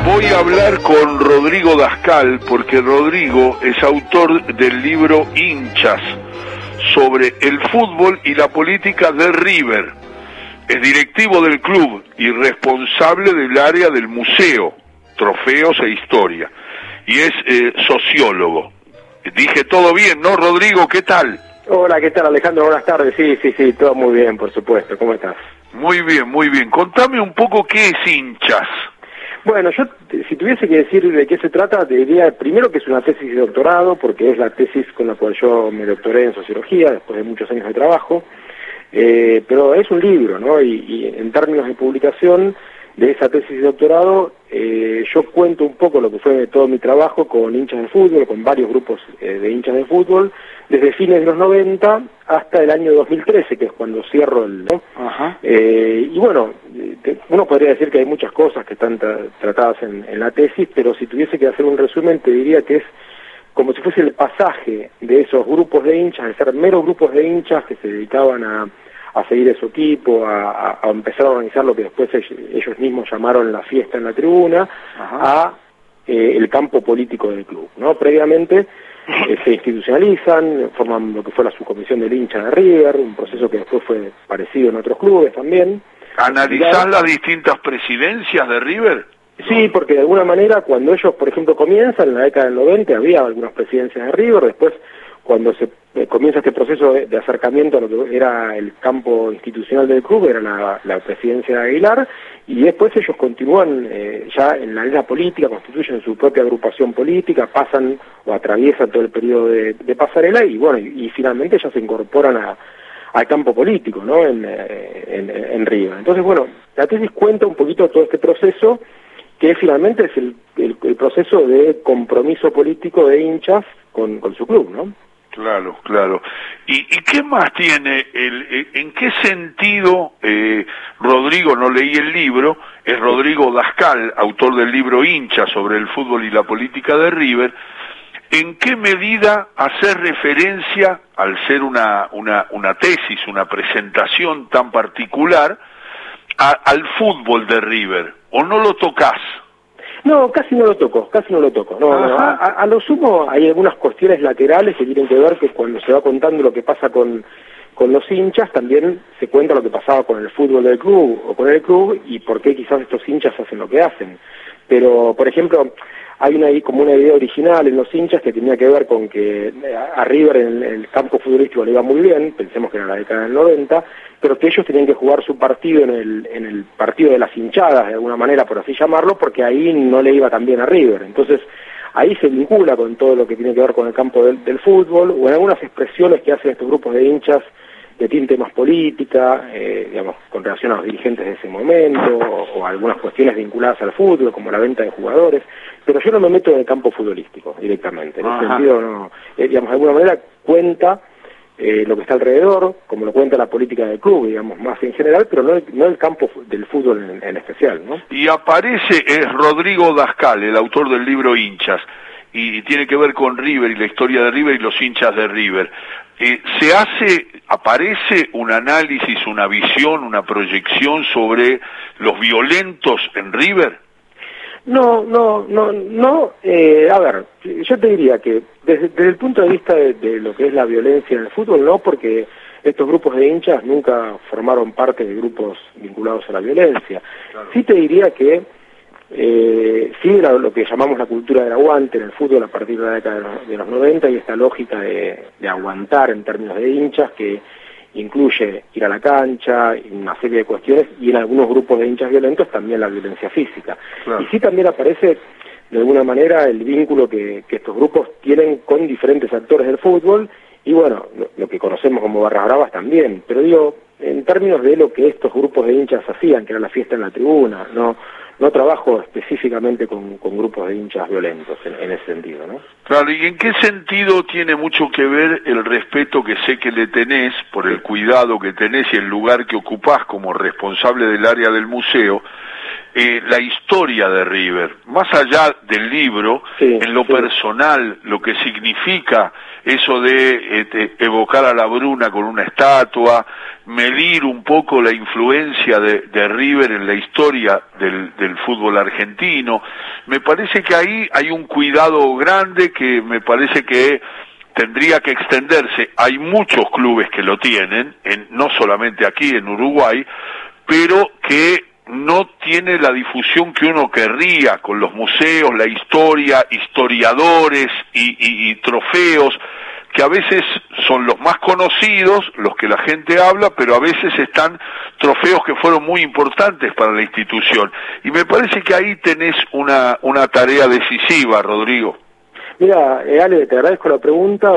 Voy a hablar con Rodrigo Dascal, porque Rodrigo es autor del libro Hinchas, sobre el fútbol y la política de River. Es directivo del club y responsable del área del museo, trofeos e historia. Y es sociólogo. Dije todo bien, ¿no, Rodrigo? ¿Qué tal? Hola, ¿qué tal, Alejandro? Buenas tardes. Sí, todo muy bien, por supuesto. ¿Cómo estás? Muy bien, muy bien. Contame un poco qué es Hinchas. Bueno, yo, si tuviese que decir de qué se trata, te diría primero que es una tesis de doctorado, porque es la tesis con la cual yo me doctoré en sociología, después de muchos años de trabajo, pero es un libro, ¿no? Y en términos de publicación de esa tesis de doctorado, yo cuento un poco lo que fue todo mi trabajo con hinchas de fútbol, con varios grupos de hinchas de fútbol, desde fines de los 90 hasta el año 2013, que es cuando cierro el... ¿no? Ajá. Y bueno, uno podría decir que hay muchas cosas que están tratadas en la tesis, pero si tuviese que hacer un resumen, te diría que es como si fuese el pasaje de esos grupos de hinchas, de ser meros grupos de hinchas que se dedicaban a seguir a su equipo, a empezar a organizar lo que después ellos mismos llamaron la fiesta en la tribuna, a el campo político del club, ¿no? Previamente se institucionalizan, forman lo que fue la subcomisión del hincha de River, un proceso que después fue parecido en otros clubes también. ¿Analizás las distintas presidencias de River? Sí, porque de alguna manera cuando ellos, por ejemplo, comienzan en la década del 90, había algunas presidencias de River, después cuando se comienza este proceso de acercamiento a lo que era el campo institucional del club, era la presidencia de Aguilar, y después ellos continúan ya en la era política, constituyen su propia agrupación política, pasan o atraviesan todo el periodo de pasarela, y bueno, y finalmente ya se incorporan al campo político, ¿no? En River. Entonces, bueno, la tesis cuenta un poquito todo este proceso, que finalmente es el proceso de compromiso político de hinchas con su club, ¿no? Claro. ¿Y qué más tiene? ¿En qué sentido, Rodrigo, no leí el libro, es Rodrigo Dascal, autor del libro Hinchas sobre el fútbol y la política de River, ¿en qué medida hacer referencia, al ser una tesis, una presentación tan particular, al fútbol de River? ¿O no lo tocas? No, casi no lo toco. No, a lo sumo hay algunas cuestiones laterales que tienen que ver que cuando se va contando lo que pasa con los hinchas, también se cuenta lo que pasaba con el fútbol del club o con el club y por qué quizás estos hinchas hacen lo que hacen. Pero, por ejemplo, hay como una idea original en los hinchas que tenía que ver con que a River en el campo futbolístico le iba muy bien, pensemos que era la década del 90, pero que ellos tenían que jugar su partido en el partido de las hinchadas, de alguna manera, por así llamarlo, porque ahí no le iba tan bien a River. Entonces, ahí se vincula con todo lo que tiene que ver con el campo del fútbol, o en algunas expresiones que hacen estos grupos de hinchas de tinte más política, digamos, con relación a los dirigentes de ese momento, o algunas cuestiones vinculadas al fútbol, como la venta de jugadores, pero yo no me meto en el campo futbolístico directamente. En ese sentido, no, digamos, de alguna manera cuenta lo que está alrededor, como lo cuenta la política del club, digamos, más en general, pero no el campo del fútbol en especial, ¿no? Y aparece, es Rodrigo Dascal, el autor del libro Hinchas, y tiene que ver con River y la historia de River y los hinchas de River. Aparece un análisis, una visión, una proyección sobre los violentos en River. No, a ver, yo te diría que desde el punto de vista de lo que es la violencia en el fútbol, no, porque estos grupos de hinchas nunca formaron parte de grupos vinculados a la violencia. Claro. Sí te diría que sí era lo que llamamos la cultura del aguante en el fútbol a partir de la década de los 90 y esta lógica de aguantar en términos de hinchas que incluye ir a la cancha, una serie de cuestiones, y en algunos grupos de hinchas violentos también la violencia física. Claro. Y sí también aparece de alguna manera el vínculo que estos grupos tienen con diferentes actores del fútbol, y bueno, lo que conocemos como barras bravas también, pero digo, en términos de lo que estos grupos de hinchas hacían, que era la fiesta en la tribuna, no trabajo específicamente con grupos de hinchas violentos en ese sentido, ¿no? Claro, ¿y en qué sentido tiene mucho que ver el respeto que sé que le tenés por el cuidado que tenés y el lugar que ocupás como responsable del área del museo la historia de River, más allá del libro, en lo personal, lo que significa eso de evocar a la Bruna con una estatua, medir un poco la influencia de River en la historia del fútbol argentino. Me parece que ahí hay un cuidado grande que me parece que tendría que extenderse. Hay muchos clubes que lo tienen, no solamente aquí en Uruguay, pero que no tiene la difusión que uno querría, con los museos, la historia, historiadores y trofeos, que a veces son los más conocidos, los que la gente habla, pero a veces están trofeos que fueron muy importantes para la institución. Y me parece que ahí tenés una tarea decisiva, Rodrigo. Mira, Ale, te agradezco la pregunta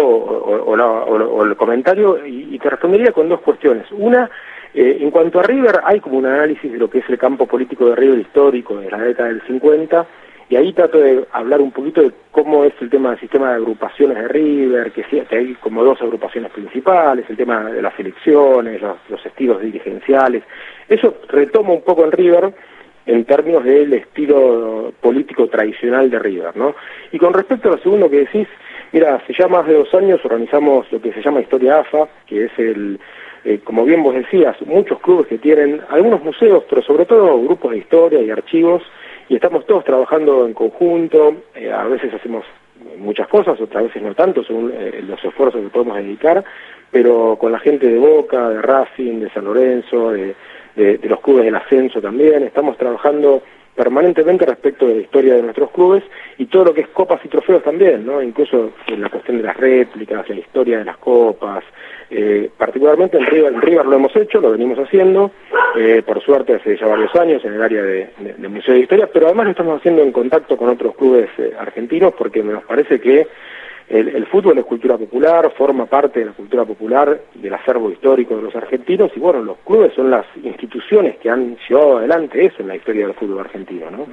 o el comentario y te respondería con dos cuestiones. Una, en cuanto a River, hay como un análisis de lo que es el campo político de River histórico de la década del 50, y ahí trato de hablar un poquito de cómo es el tema del sistema de agrupaciones de River, que hay como dos agrupaciones principales, el tema de las elecciones, los estilos dirigenciales. Eso retoma un poco en River en términos del estilo político tradicional de River, ¿no? Y con respecto a lo segundo que decís, mira, hace ya más de 2 años organizamos lo que se llama Historia AFA, que es como bien vos decías, muchos clubes que tienen algunos museos, pero sobre todo grupos de historia y archivos, y estamos todos trabajando en conjunto. A veces hacemos muchas cosas, otras veces no tanto, según los esfuerzos que podemos dedicar, pero con la gente de Boca, de Racing, de San Lorenzo, de los clubes del ascenso también, estamos trabajando permanentemente respecto de la historia de nuestros clubes y todo lo que es copas y trofeos también, ¿no? Incluso en la cuestión de las réplicas, la historia de las copas, particularmente en River lo hemos hecho, lo venimos haciendo, por suerte hace ya varios años en el área de Museo de Historia, pero además lo estamos haciendo en contacto con otros clubes argentinos porque nos parece que el fútbol es cultura popular, forma parte de la cultura popular, del acervo histórico de los argentinos, y bueno, los clubes son las instituciones que han llevado adelante eso en la historia del fútbol argentino, ¿no?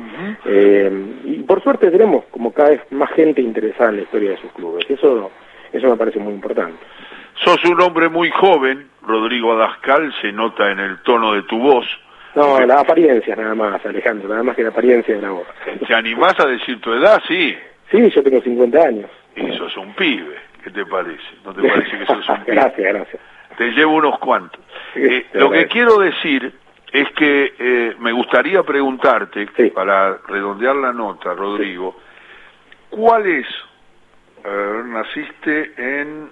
Y por suerte tenemos como cada vez más gente interesada en la historia de sus clubes, eso me parece muy importante. Sos un hombre muy joven, Rodrigo Abascal, se nota en el tono de tu voz. No, la apariencia nada más, Alejandro, nada más que la apariencia de la voz. ¿Te animás a decir tu edad? Sí. Sí, yo tengo 50 años. Y sos un pibe, ¿qué te parece? ¿No te parece que sos un pibe? Gracias. Te llevo unos cuantos. Lo que quiero decir es que me gustaría preguntarte, para redondear la nota, Rodrigo, ¿cuál es, naciste en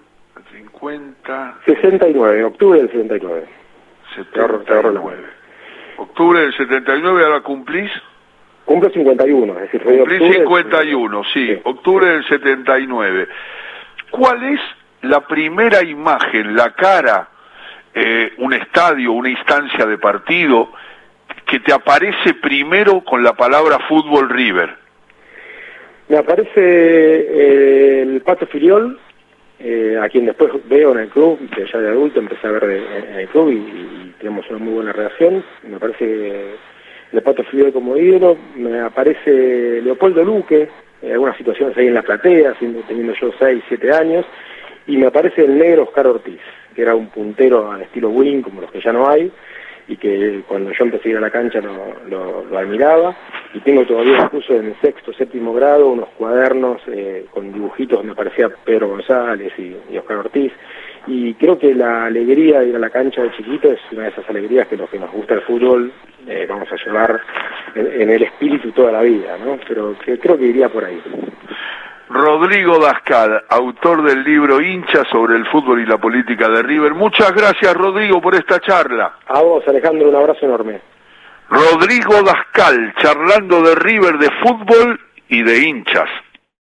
69, octubre del 79. 79. Octubre del 79, ¿ahora cumplís? Cumplo 51, es decir, cumplí 51, sí, octubre del 79. ¿Cuál es la primera imagen, la cara, un estadio, una instancia de partido, que te aparece primero con la palabra fútbol River? Me aparece el Pato Filiol, a quien después veo en el club, que ya de adulto empecé a ver en el club y tenemos una muy buena relación. Me parece el Pato Filiol como ídolo, me aparece Leopoldo Luque, en algunas situaciones ahí en la platea, teniendo yo 6, 7 años, y me aparece el negro Oscar Ortiz, que era un puntero al estilo wing, como los que ya no hay, y que cuando yo empecé a ir a la cancha lo admiraba, y tengo todavía incluso en el 6º, 7º grado unos cuadernos con dibujitos donde aparecía Pedro González y Oscar Ortiz, y creo que la alegría de ir a la cancha de chiquito es una de esas alegrías que los que nos gusta el fútbol vamos a llevar en el espíritu toda la vida, ¿no? Pero creo que iría por ahí. Rodrigo Abascal, autor del libro Hincha sobre el fútbol y la política de River. Muchas gracias, Rodrigo, por esta charla. A vos, Alejandro, un abrazo enorme. Rodrigo Abascal, charlando de River, de fútbol y de hinchas.